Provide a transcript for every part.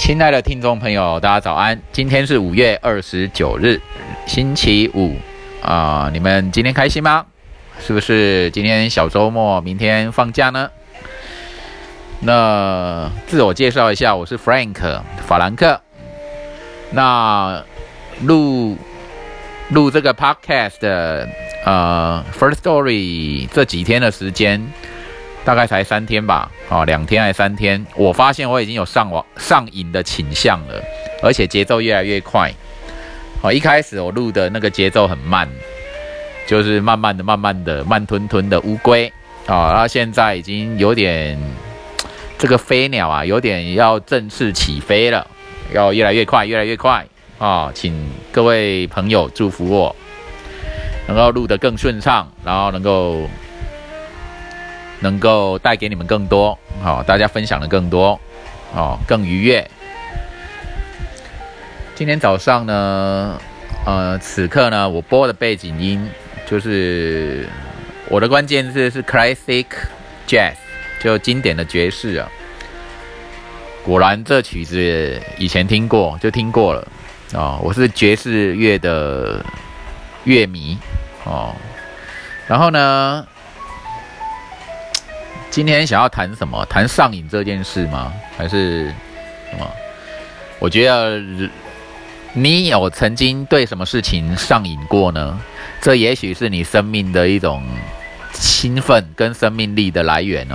亲爱的听众朋友，大家早安！今天是5月29日，星期五你们今天开心吗？是不是今天小周末，明天放假呢？那自我介绍一下，我是 Frank 法兰克。那录这个 podcast 的First Story 这几天的时间，大概才3天吧，2天还是3天，我发现我已经有上瘾的倾向了，而且节奏越来越快。一开始我录的那个节奏很慢，就是慢慢的、慢吞吞的乌龟然后现在已经有点这个飞鸟啊，有点要正式起飞了，要越来越快请各位朋友祝福我能够录得更顺畅，然后能够带给你们更多，大家分享的更多，更愉悦。今天早上呢，此刻呢，我播的背景音就是我的关键字是 classic jazz， 就经典的爵士啊。果然这曲子以前听过了我是爵士乐的乐迷然后呢，今天想要谈什么？谈上瘾这件事吗？还是什么？我觉得你有曾经对什么事情上瘾过呢？这也许是你生命的一种兴奋跟生命力的来源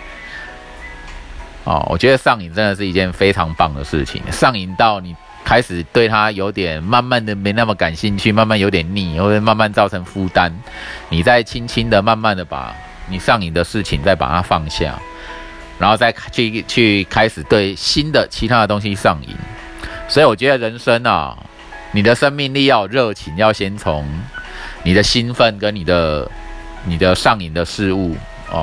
我觉得上瘾真的是一件非常棒的事情。上瘾到你开始对它有点慢慢的没那么感兴趣，慢慢有点腻，或者慢慢造成负担，你再轻轻的慢慢的把你上瘾的事情再把它放下，然后再去开始对新的其他的东西上瘾。所以我觉得人生你的生命力要有热情，要先从你的兴奋跟你的上瘾的事物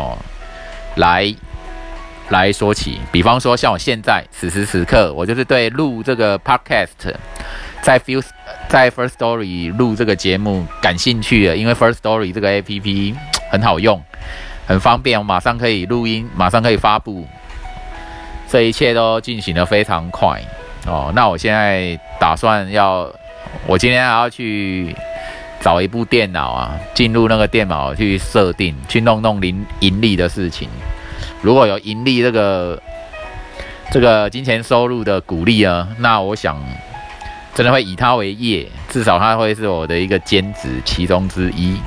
来说起。比方说像我现在此时此刻，我就是对录这个 podcast 在 First Story 录这个节目感兴趣了，因为 First Story 这个 APP 很好用，很方便，我马上可以录音，马上可以发布，这一切都进行得非常快那我现在打算我今天还要去找一部电脑进入那个电脑去设定，去弄盈利的事情。如果有盈利这个金钱收入的鼓励那我想真的会以它为业，至少它会是我的一个兼职其中之一。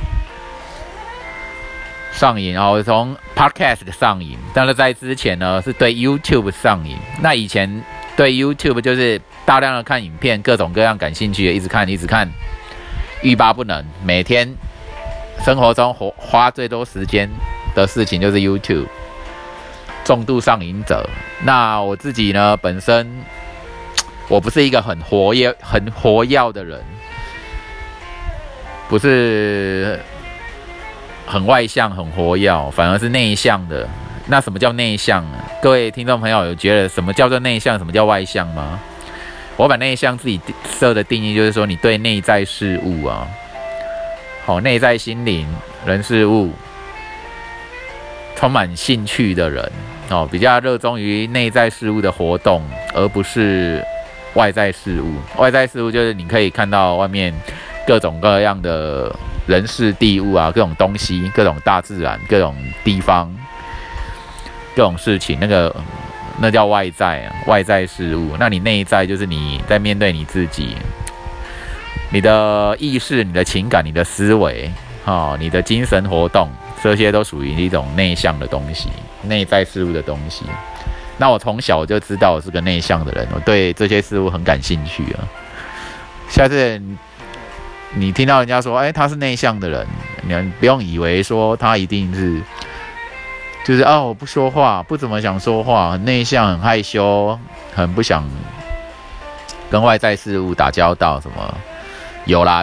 上瘾我从 podcast 上瘾，但是在之前呢是对 YouTube 上瘾。那以前对 YouTube 就是大量的看影片，各种各样感兴趣的一直看，欲罢不能。每天生活中花最多时间的事情就是 YouTube， 重度上瘾者。那我自己呢，本身我不是一个很活跃的人，不是很外向很活跃，反而是内向的。那什么叫内向呢？各位听众朋友有觉得什么叫做内向，什么叫外向吗？我把内向自己设的定义就是说，你对内在事物内在心灵人事物充满兴趣的人比较热衷于内在事物的活动，而不是外在事物。外在事物就是你可以看到外面各种各样的人事地物各种东西，各种大自然，各种地方，各种事情，那叫外在事物。那你内在就是你在面对你自己，你的意识、你的情感、你的思维你的精神活动，这些都属于一种内向的东西，内在事物的东西。那我从小就知道我是个内向的人，我对这些事物很感兴趣下次你听到人家说他是内向的人，你不用以为说他一定是就是我不说话，不怎么想说话，很内向，很害羞，很不想跟外在事物打交道什么。有啦，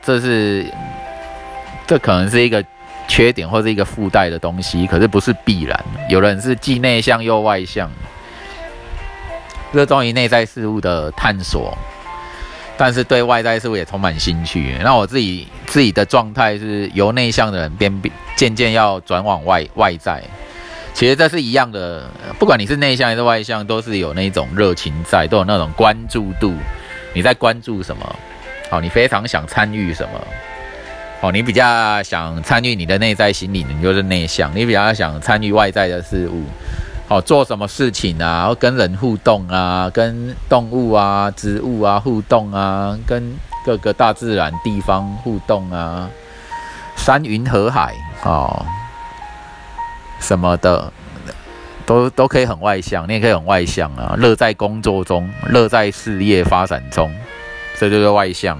这可能是一个缺点或是一个附带的东西，可是不是必然。有人是既内向又外向，热衷于内在事物的探索，但是对外在事物也充满兴趣。那我自己的状态是由内向的人渐渐要转往外在， 其实这是一样的，不管你是内向还是外向，都是有那种热情在，都有那种关注度。你在关注什么？好，你非常想参与什么？好，你比较想参与你的内在心理，你就是内向；你比较想参与外在的事物，好，做什么事情啊？跟人互动啊，跟动物啊、植物啊互动啊，跟各个大自然地方互动啊，山云河海哦。什么的都可以很外向，你也可以很外向啊，乐在工作中，乐在事业发展中，这就是外向。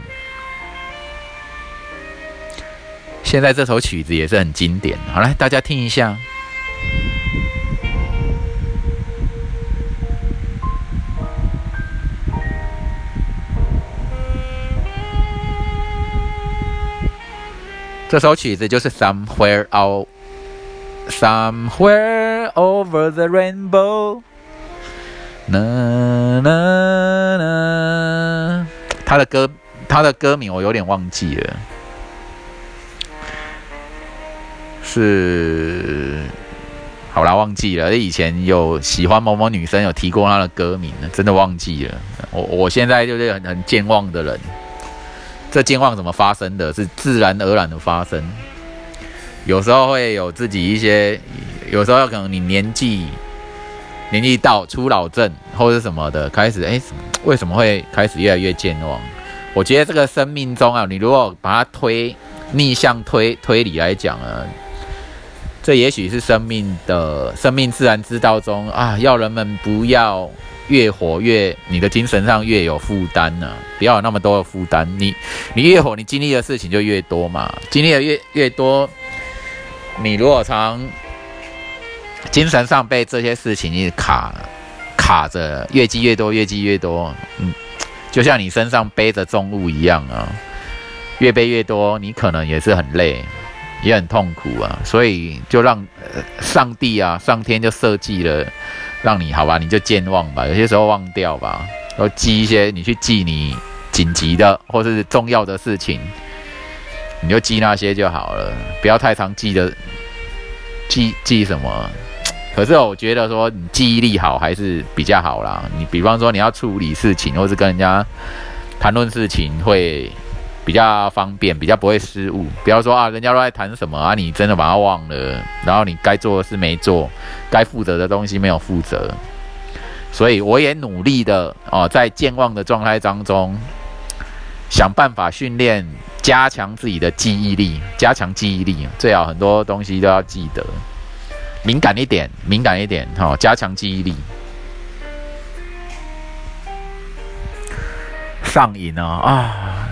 现在这首曲子也是很经典，好，来大家听一下。这首曲子就是 Somewhere over the rainbow， 他的歌名我有点忘记了，是好啦，忘记了。以前有喜欢某某女生有提过她的歌名，真的忘记了。我现在就是很健忘的人，这健忘怎么发生的？是自然而然的发生。有时候会有自己一些，有时候可能你年纪到初老症或者什么的，开始为什么会开始越来越健忘？我觉得这个生命中啊，你如果把它逆向推理来讲啊，这也许是生命自然之道中啊，要人们不要越活越你的精神上越有负担啊，不要有那么多的负担。你越活，你经历的事情就越多嘛，经历的越多。你如果常精神上被这些事情一直卡着，越积越多，就像你身上背着重物一样啊，越背越多，你可能也是很累，也很痛苦啊。所以就让上天就设计了，让你好吧，你就健忘吧，有些时候忘掉吧，然后你去记你紧急的或是重要的事情。你就记那些就好了，不要太常记什么。可是我觉得说你记忆力好还是比较好啦。你比方说你要处理事情，或是跟人家谈论事情，会比较方便，比较不会失误。不要说人家都在谈什么啊，你真的把它忘了，然后你该做的事没做，该负责的东西没有负责。所以我也努力的在健忘的状态当中，想办法训练。加强自己的记忆力，最好很多东西都要记得，敏感一点，加强记忆力。上瘾啊！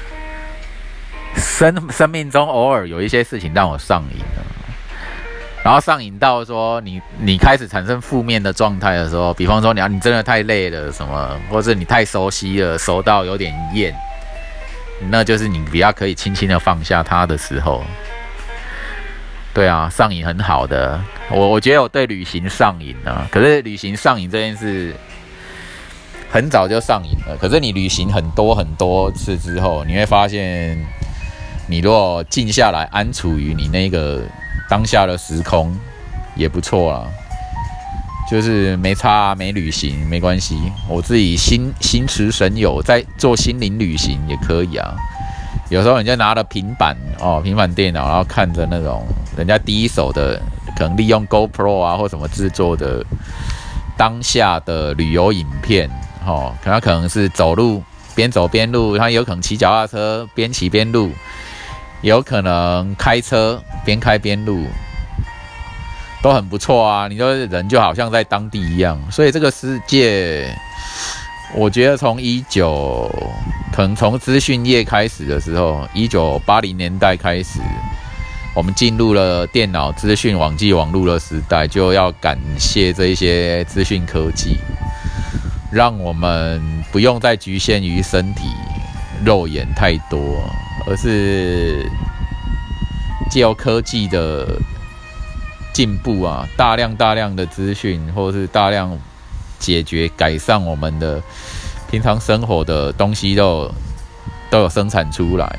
生命中偶尔有一些事情让我上瘾了，然后上瘾到说你开始产生负面的状态的时候，比方说你真的太累了什么，或者你太熟悉了，熟到有点厌。那就是你比较可以轻轻的放下它的时候。对啊，上瘾很好的。我觉得我对旅行上瘾啊，可是旅行上瘾这件事很早就上瘾了。可是你旅行很多次之后，你会发现，你如果静下来，安处于你那个当下的时空，也不错啦。就是没差没旅行没关系，我自己心驰神游，在做心灵旅行也可以啊。有时候你就拿了平板电脑，然后看着那种人家第一手的，可能利用 GoPro 啊或什么制作的当下的旅游影片，他可能是走路边走边录，他有可能骑脚踏车边骑边录，有可能开车边开边录。都很不错啊，你就人就好像在当地一样，所以这个世界，我觉得可能从资讯业开始的时候，1980年代开始，我们进入了电脑资讯网际网络的时代，就要感谢这一些资讯科技，让我们不用再局限于身体肉眼太多，而是藉由科技的进步啊，大量的资讯，或是大量解决改善我们的平常生活的东西都有生产出来。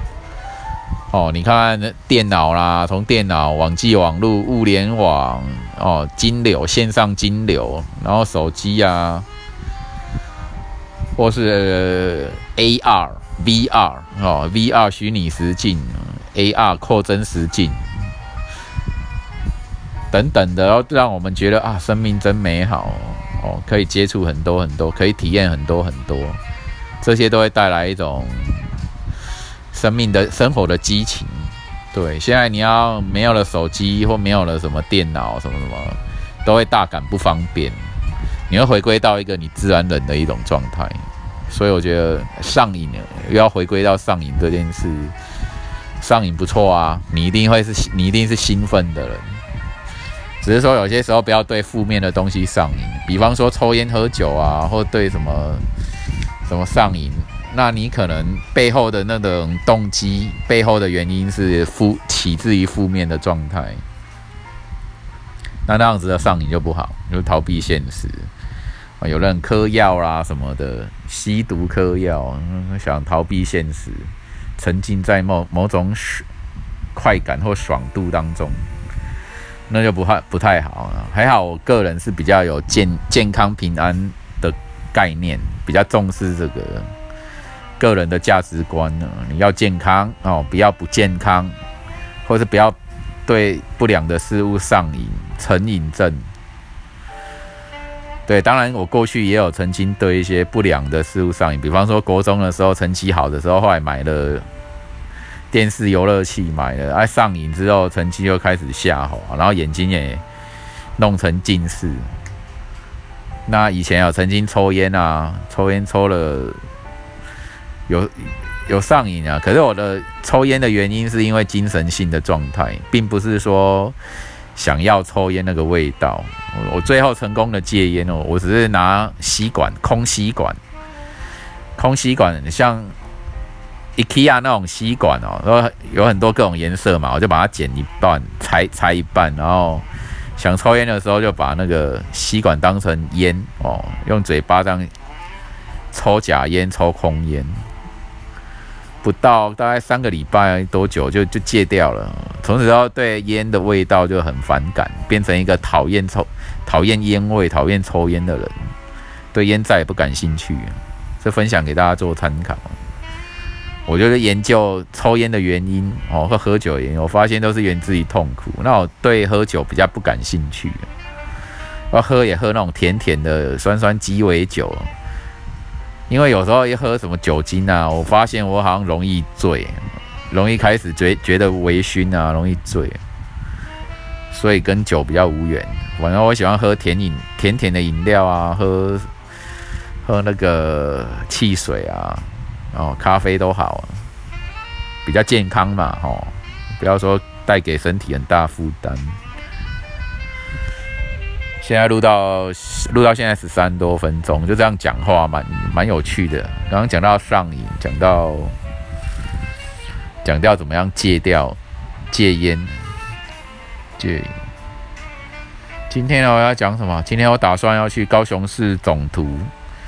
你看电脑啦，从电脑、网际网络、物联网， 金流线上金流，然后手机啊，或是AR、VR 虚拟实境、AR 扩增实境等等的，然后让我们觉得啊，生命真美好可以接触很多很多，可以体验很多很多，这些都会带来一种生活的激情。对，现在你要没有了手机或没有了什么电脑什么什么，都会大感不方便。你会回归到一个你自然人的一种状态，所以我觉得上瘾又要回归到上瘾这件事，上瘾不错啊，你一定是兴奋的人，只是说有些时候不要对负面的东西上瘾，比方说抽烟喝酒啊，或对什么上瘾。那你可能背后的那种动机，背后的原因是起自于负面的状态，那样子的上瘾就不好，就逃避现实。有人嗑药啦什么的，吸毒嗑药，想逃避现实，沉浸在某种快感或爽度当中，那就不太好。还好我个人是比较有健康平安的概念，比较重视这个个人的价值观呢，你要健康不要不健康，或是不要对不良的事物上瘾，成瘾症。对，当然我过去也有曾经对一些不良的事物上瘾，比方说国中的时候成绩好的时候，后来买了电视游乐器，上瘾之后成绩又开始下滑，然后眼睛也弄成近视。那以前有曾经抽烟啊，抽了有上瘾啊，可是我的抽烟的原因是因为精神性的状态，并不是说想要抽烟那个味道。我最后成功的戒烟我只是拿空吸管，像 IKEA 那种吸管有很多各种颜色嘛，我就把它剪一半，裁一半，然后想抽烟的时候就把那个吸管当成烟用嘴巴这样抽假烟，抽空烟。不到大概3个礼拜多久就戒掉了，从此之后对烟的味道就很反感，变成一个讨厌烟味、讨厌抽烟的人，对烟再也不感兴趣。这分享给大家做参考。我就是研究抽烟的原因和喝酒的原因，我发现都是源自于痛苦。那我对喝酒比较不感兴趣，我喝也喝那种甜甜的酸酸鸡尾酒。因为有时候一喝什么酒精啊，我发现我好像容易醉，容易开始觉得微醺啊，容易醉，所以跟酒比较无缘。反正我喜欢喝甜的饮料啊，喝那个汽水啊，咖啡都好，比较健康嘛，不要说带给身体很大负担。现在录到现在13多分钟，就这样讲话蛮有趣的。刚刚讲到上瘾，讲到怎么样戒烟。今天我要讲什么？今天我打算要去高雄市总图，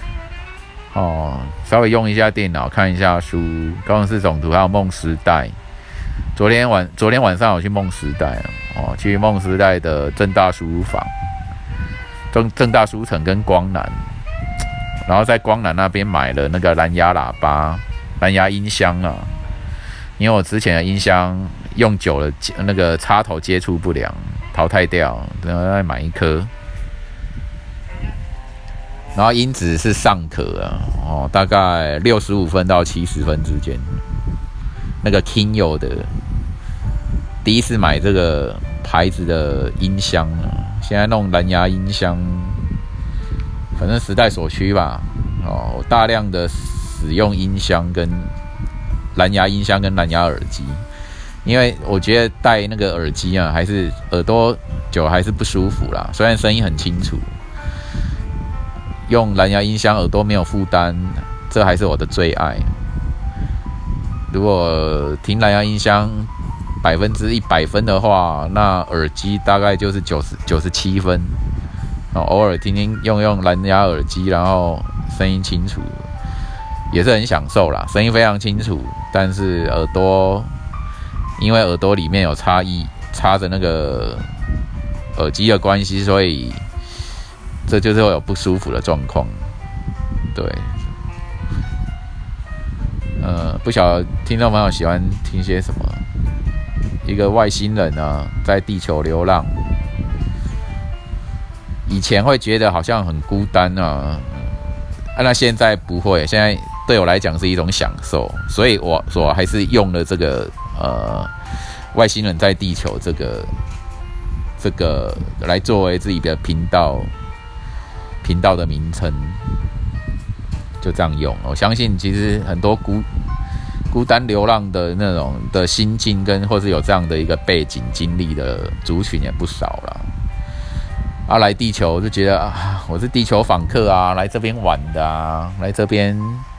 稍微用一下电脑看一下书。高雄市总图还有梦时代。昨天晚上我去梦时代去梦时代的政大书房。政大书城跟光南，然后在光南那边买了那个蓝牙喇叭、蓝牙音箱啊，因为我之前的音箱用久了，那个插头接触不良，淘汰掉，然后再买一颗。然后音质是尚可大概65分到70分之间。那个 Kinyo 的，第一次买这个牌子的音箱现在弄蓝牙音箱，反正时代所趋吧。我大量的使用音箱跟蓝牙音箱跟蓝牙耳机，因为我觉得戴那个耳机还是耳朵久还是不舒服啦。虽然声音很清楚，用蓝牙音箱耳朵没有负担，这还是我的最爱。如果听蓝牙音箱100分的话，那耳机大概就是97分。偶尔用蓝牙耳机，然后声音清楚，也是很享受啦。声音非常清楚，但是因为耳朵里面有插着那个耳机的关系，所以这就是会有不舒服的状况。对，不晓得听众朋友喜欢听些什么？一个外星人啊，在地球流浪。以前会觉得好像很孤单啊，那现在不会，现在对我来讲是一种享受，所以我还是用了这个外星人在地球这个来作为自己的频道的名称，就这样用。我相信其实很多孤单流浪的那种的心境或是有这样的一个背景经历的族群也不少啦。来地球就觉得我是地球访客啊，来这边玩的啊，来这边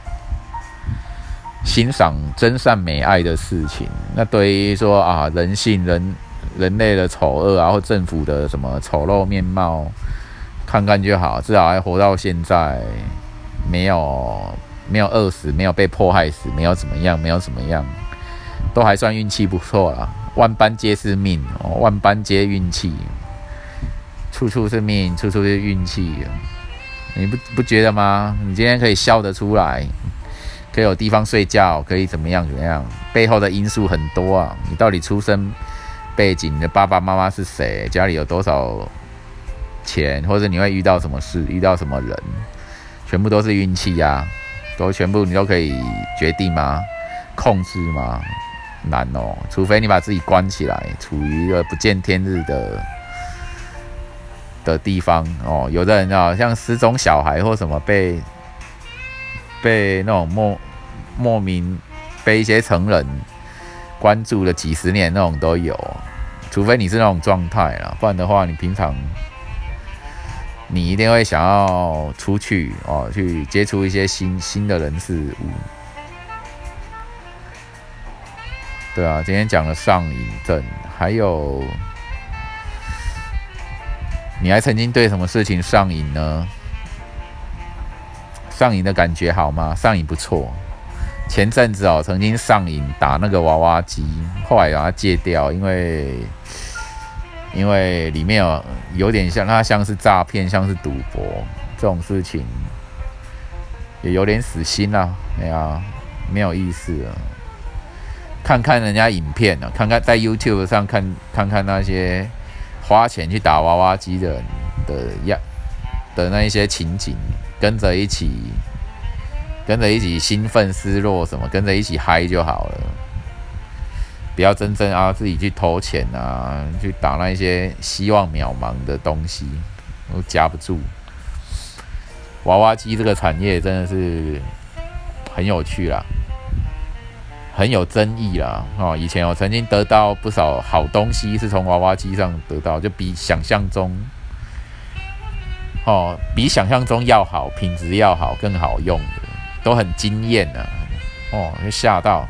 欣赏真善美爱的事情。那对于说人性人类的丑恶啊，或政府的什么丑陋面貌，看看就好，至少还活到现在，没有饿死，没有被迫害死，没有怎么样，都还算运气不错啦。万般皆是命，万般皆运气，处处是命，处处是运气。你不觉得吗？你今天可以笑得出来，可以有地方睡觉，可以怎么样，背后的因素很多啊。你到底出生背景，你的爸爸妈妈是谁，家里有多少钱，或者你会遇到什么事，遇到什么人，全部都是运气啊。全部你都可以决定吗？控制吗？难哦，除非你把自己关起来，处于一个不见天日的地方哦。有的人像失踪小孩或什么被那种莫名被一些成人关注了几十年那种都有，除非你是那种状态啦，不然的话，你平常你一定会想要出去去接触一些新的人事物。对啊，今天讲了上瘾症，还有你还曾经对什么事情上瘾呢？上瘾的感觉好吗？上瘾不错。前阵子曾经上瘾打那个娃娃机，后来把它戒掉，因为里面有点像是诈骗，像是赌博这种事情，也有点死心啦。没有意思了。看看人家影片看看在 YouTube 上看那些花钱去打娃娃机的人的那一些情景，跟着一起兴奋失落什么，跟着一起嗨就好了。不要真正自己去投钱去打那一些希望渺茫的东西，都夹不住。娃娃机这个产业真的是很有趣啦，很有争议啦。以前我曾经得到不少好东西是从娃娃机上得到，就比想象中要好，品质要好，更好用的，都很惊艳就吓到，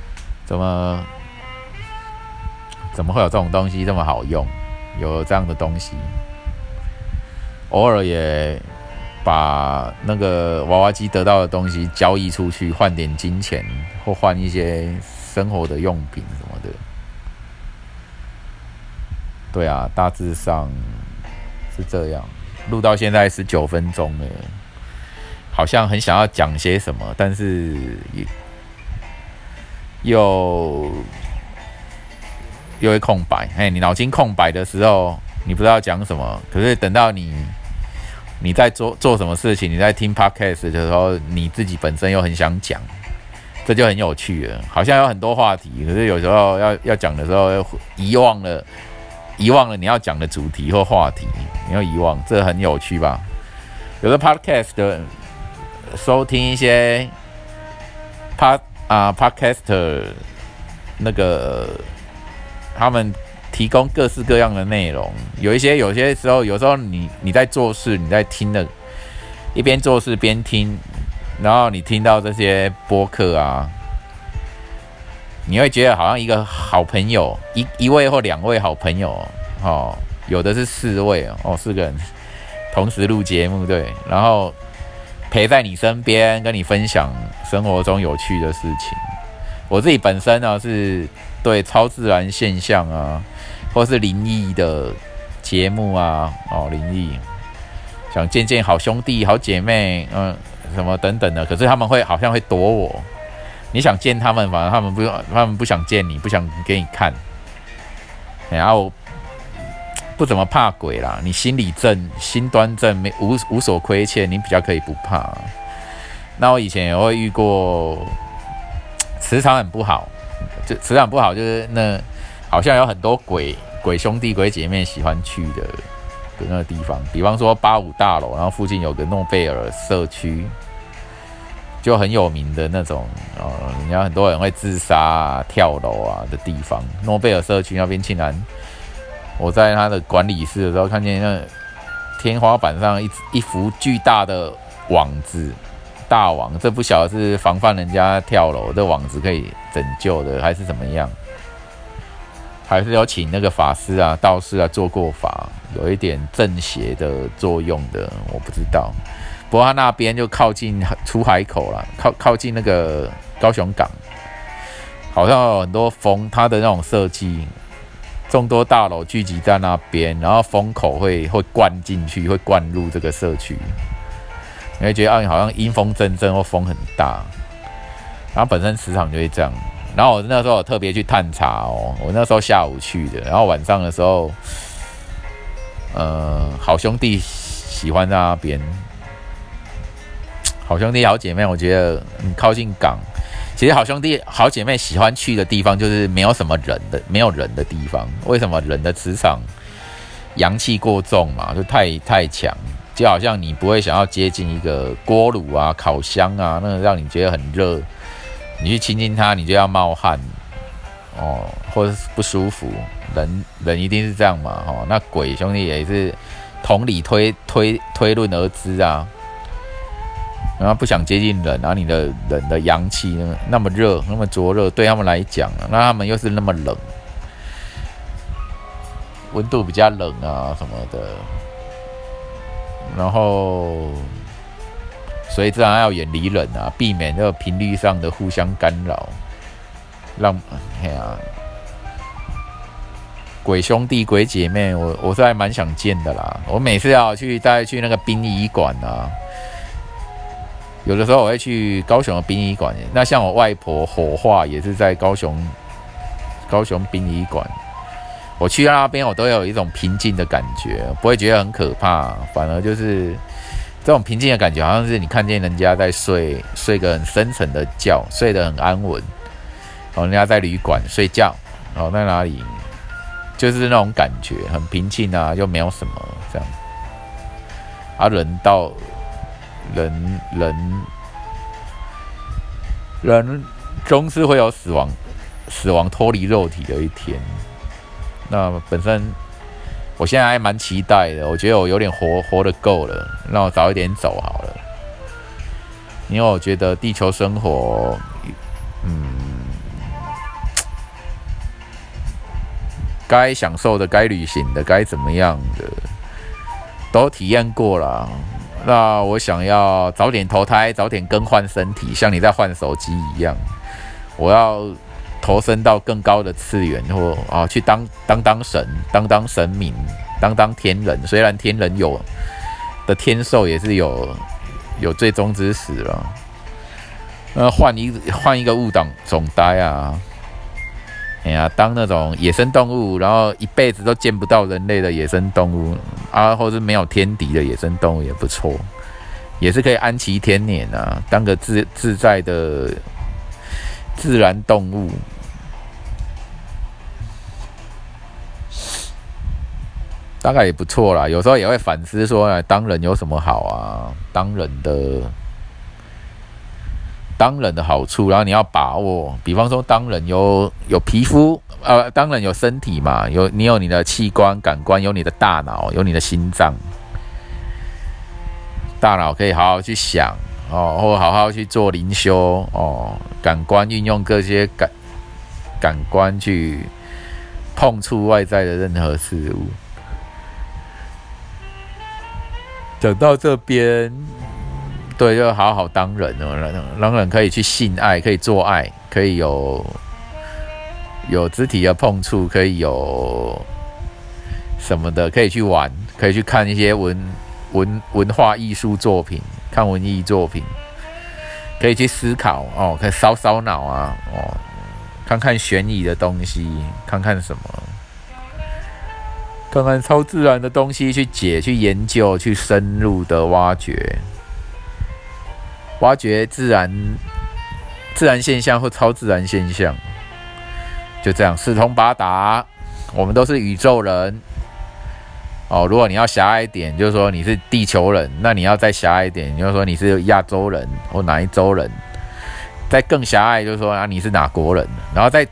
怎么会有这种东西这么好用？有这样的东西，偶尔也把那个娃娃机得到的东西交易出去，换点金钱，或换一些生活的用品什么的。对啊，大致上是这样。录到现在19分钟了，好像很想要讲些什么，但是又会空白。你脑筋空白的时候，你不知道讲什么，可是等到你在做什么事情，你在听 podcast 的时候，你自己本身又很想讲，这就很有趣了。好像有很多话题，可是有时候要讲的时候，遗忘了你要讲的主题或话题，你要遗忘，这很有趣吧？有的 podcast 的收听一些podcaster 那个他们提供各式各样的内容，有些时候你在做事，你在听的，一边做事边听，然后你听到这些播客你会觉得好像一个好朋友，一位或2位好朋友有的是4位4个人同时录节目，对，然后陪在你身边，跟你分享生活中有趣的事情。我自己本身是对超自然现象或是灵异的节目啊，灵异，想见见好兄弟、好姐妹，什么等等的。可是他们好像会躲我，你想见他们，反而他们不想见你，不想给你看。然后不怎么怕鬼啦，你心理正、心端正，无所亏欠，你比较可以不怕。那我以前也会遇过磁场很不好，磁场不好就是那好像有很多鬼兄弟、鬼姐妹喜欢去的那个地方，比方说85大楼，然后附近有个诺贝尔社区，就很有名的那种人家很多人会自杀啊、跳楼啊的地方。诺贝尔社区那边竟然，我在他的管理室的时候看见那天花板上一幅巨大的网子。大网，这不晓得是防范人家跳楼，这网子可以拯救的，还是怎么样？还是有请那个法师啊、道士啊做过法，有一点正邪的作用的，我不知道。不过他那边就靠近出海口啦，靠近那个高雄港，好像有很多风，它的那种设计，众多大楼聚集在那边，然后风口会灌进去，会灌入这个社区。你会觉得好像阴风阵阵或风很大，然后本身磁场就会这样。然后我那时候有特别去探查我那时候下午去的，然后晚上的时候，好兄弟喜欢在那边，好兄弟好姐妹，我觉得靠近港。其实好兄弟好姐妹喜欢去的地方就是没有什么人的，没有人的地方。为什么？人的磁场阳气过重嘛，就太强。就好像你不会想要接近一个锅炉啊、烤箱啊，那个让你觉得很热，你去亲近它，你就要冒汗或者是不舒服。人一定是这样嘛，那鬼兄弟也是同理推论而知啊，然后不想接近人，然后你的人的阳气那么热、那么灼热，对他们来讲那他们又是那么冷，温度比较冷啊什么的。然后，所以自然要远离人啊，避免这个频率上的互相干扰，鬼兄弟、鬼姐妹，我是还蛮想见的啦。我每次要大概去那个殡仪馆啊，有的时候我会去高雄的殡仪馆。那像我外婆火化也是在高雄殡仪馆。我去到那边，我都有一种平静的感觉，不会觉得很可怕，反而就是这种平静的感觉，好像是你看见人家在睡个很深沉的觉，睡得很安稳。人家在旅馆睡觉，在哪里，就是那种感觉，很平静啊，又没有什么这样。人终是会有死亡脱离肉体的一天。那本身我现在还蛮期待的，我觉得我有点活得够了，让我早一点走好了。因为我觉得地球生活，该享受的、该旅行的、该怎么样的，都体验过了。那我想要早点投胎，早点更换身体，像你在换手机一样，我要投身到更高的次元，或去当神，当神明，当天人。虽然天人有的天寿也是有最终之时了。换一个物种呆啊！当那种野生动物，然后一辈子都见不到人类的野生动物啊，或是没有天敌的野生动物也不错，也是可以安其天年啊，当个自在的自然动物。大概也不错啦，有时候也会反思说，当人有什么好啊？当人的好处，然后你要把握。比方说，当人有皮肤，当人有身体嘛，你有你的器官、感官，有你的大脑，有你的心脏。大脑可以好好去想或好好去做灵修感官运用各些感官去碰触外在的任何事物。讲到这边，对，就好好当人让人可以去性爱，可以做爱，可以有肢体的碰触，可以有什么的，可以去玩，可以去看一些文化艺术作品，看文艺作品，可以去思考哦，可以烧脑啊哦，看看悬疑的东西，看看什么，看看超自然的东西，去研究，去深入的挖掘自然现象或超自然现象，就这样四通八达。我们都是宇宙人哦。如果你要狭隘一点，就是说你是地球人，那你要再狭隘一点，就是说你是亚洲人或哪一洲人。再更狭隘，就是说你是哪国人，然后再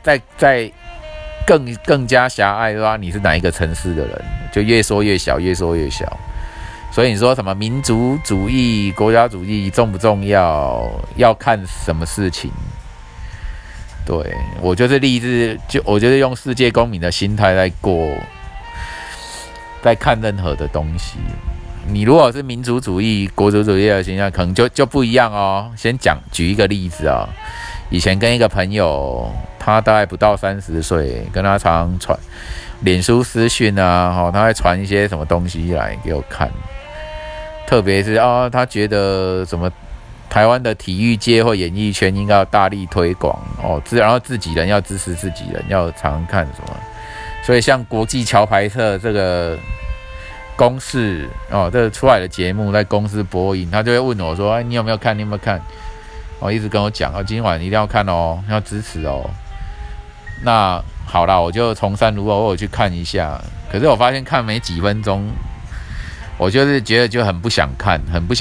更加狭隘，说你是哪一个城市的人，就越说越小，越说越小。所以你说什么民族主义、国家主义重不重要？要看什么事情。对，我就是立志，我就是用世界公民的心态在看任何的东西。你如果是民族主义、国族主义的形象，可能就不一样哦。先举一个例子啊，以前跟一个朋友，他大概不到30岁，跟他常传脸书私讯啊，他会传一些什么东西来给我看，特别是他觉得什么台湾的体育界或演艺圈应该要大力推广哦，然后自己人要支持自己人，要常看什么。所以像国际桥牌社这个公视哦，这个出来的节目在公视播映，他就会问我说：“哎，你有没有看？你有没有看？”哦，一直跟我讲今晚一定要看哦，要支持哦。那好啦，我就从善如流，我去看一下。可是我发现看没几分钟，我就是觉得就很不想看。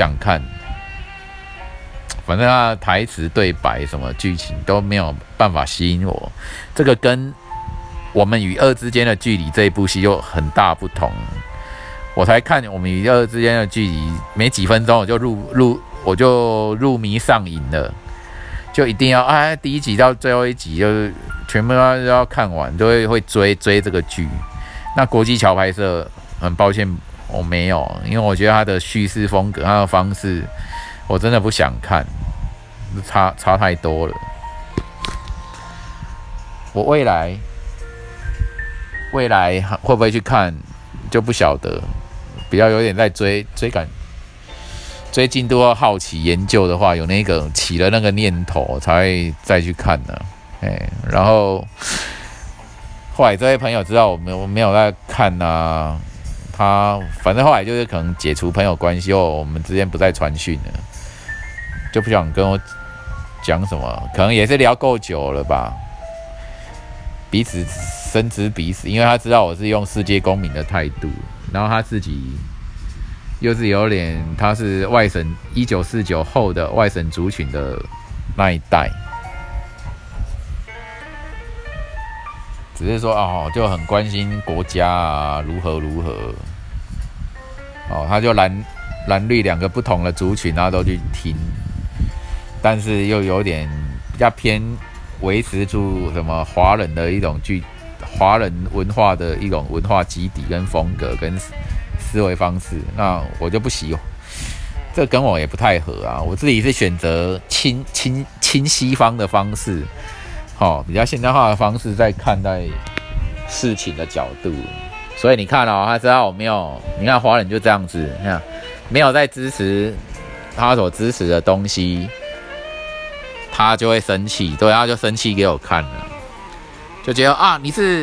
反正他的台词、对白、什么剧情都没有办法吸引我。这个跟我们与恶之间的距离这一部戏又很大不同。我才看我们与恶之间的距离没几分钟，我就入迷上瘾了，就一定要第一集到最后一集就是全部都要看完，都会追这个剧。那国际桥牌社很抱歉我没有，因为我觉得他的叙事风格、他的方式，我真的不想看，差太多了。我未来会不会去看就不晓得，比较有点在追进度要好奇研究的话，有那个起了那个念头才会再去看呢。然后后来这位朋友知道我没有在看啊，他反正后来就是可能解除朋友关系后，我们之间不再传讯了，就不想跟我讲什么，可能也是聊够久了吧，彼此深知彼此，因为他知道我是用世界公民的态度，然后他自己又是有点，他是外省1949后的外省族群的那一代，只是说就很关心国家啊，如何他就蓝绿两个不同的族群，然后都去听，但是又有点比较偏维持住什么华人的一种华人文化的一种文化基底跟风格跟思维方式，那我就不喜欢，这跟我也不太合啊。我自己是选择亲西方的方式，比较现代化的方式在看待事情的角度。所以你看他知道我没有，你看华人就这样子，没有在支持他所支持的东西，他就会生气，对，他就生气给我看了，就觉得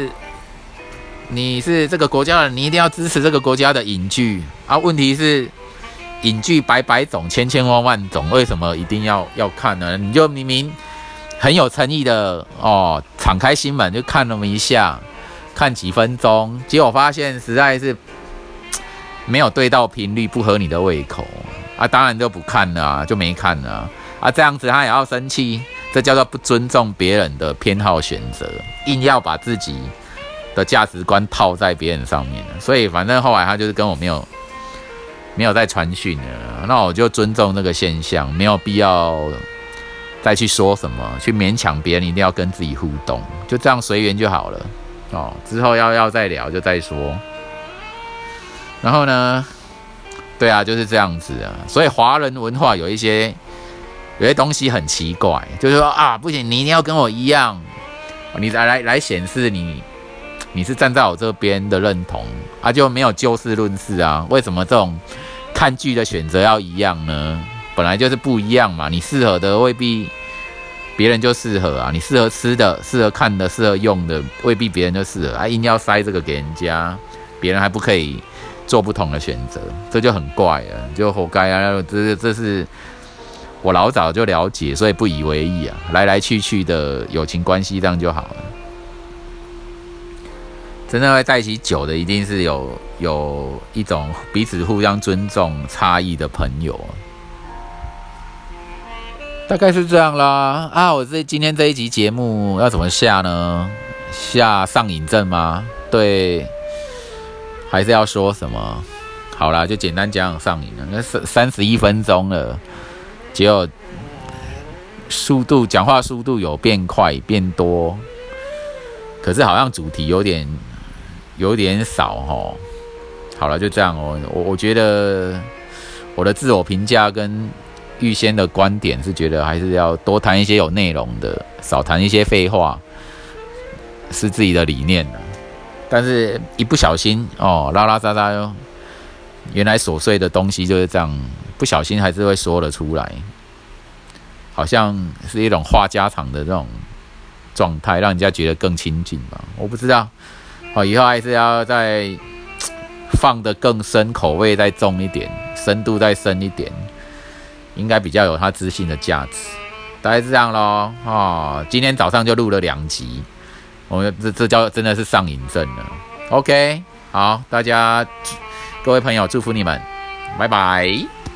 你是这个国家的，你一定要支持这个国家的影剧啊。问题是影剧百种、千万种，为什么一定要看呢？你就明明很有诚意的敞开心门就看那么一下，看几分钟，结果发现实在是没有对到频率，不合你的胃口啊，当然就不看了啊，就没看了啊。这样子他也要生气，这叫做不尊重别人的偏好选择，硬要把自己的价值观套在别人上面，所以反正后来他就是跟我没有再传讯了。那我就尊重这个现象，没有必要再去说什么，去勉强别人一定要跟自己互动，就这样随缘就好了。之后要再聊就再说。然后呢，对啊，就是这样子啊。所以华人文化有一些东西很奇怪，就是说不行，你一定要跟我一样，你来显示你你是站在我这边的认同啊，就没有就事论事啊？为什么这种看剧的选择要一样呢？本来就是不一样嘛，你适合的未必别人就适合啊，你适合吃的、适合看的、适合用的，未必别人就适合啊，硬要塞这个给人家，别人还不可以做不同的选择，这就很怪了，就活该啊！这是我老早就了解，所以不以为意啊，来来去去的友情关系这样就好了。真正会在一起久的，一定是有一种彼此互相尊重差异的朋友。大概是这样啦啊！我今天这一集节目要怎么下呢？下上瘾症吗？对，还是要说什么？好啦，就简单讲上瘾了。那31分钟了，结果讲话速度有变快变多，可是好像主题有点少齁。好了，就这样哦。我觉得我的自我评价跟预先的观点是觉得还是要多谈一些有内容的，少谈一些废话，是自己的理念的。但是一不小心拉拉杂杂哟，原来琐碎的东西就是这样，不小心还是会说了出来，好像是一种话家常的这种状态，让人家觉得更亲近吧。我不知道，以后还是要再放得更深，口味再重一点，深度再深一点。应该比较有它知性的价值，大概是这样咯。今天早上就录了2集，这叫真的是上瘾症了。OK， 好，各位朋友，祝福你们，拜拜。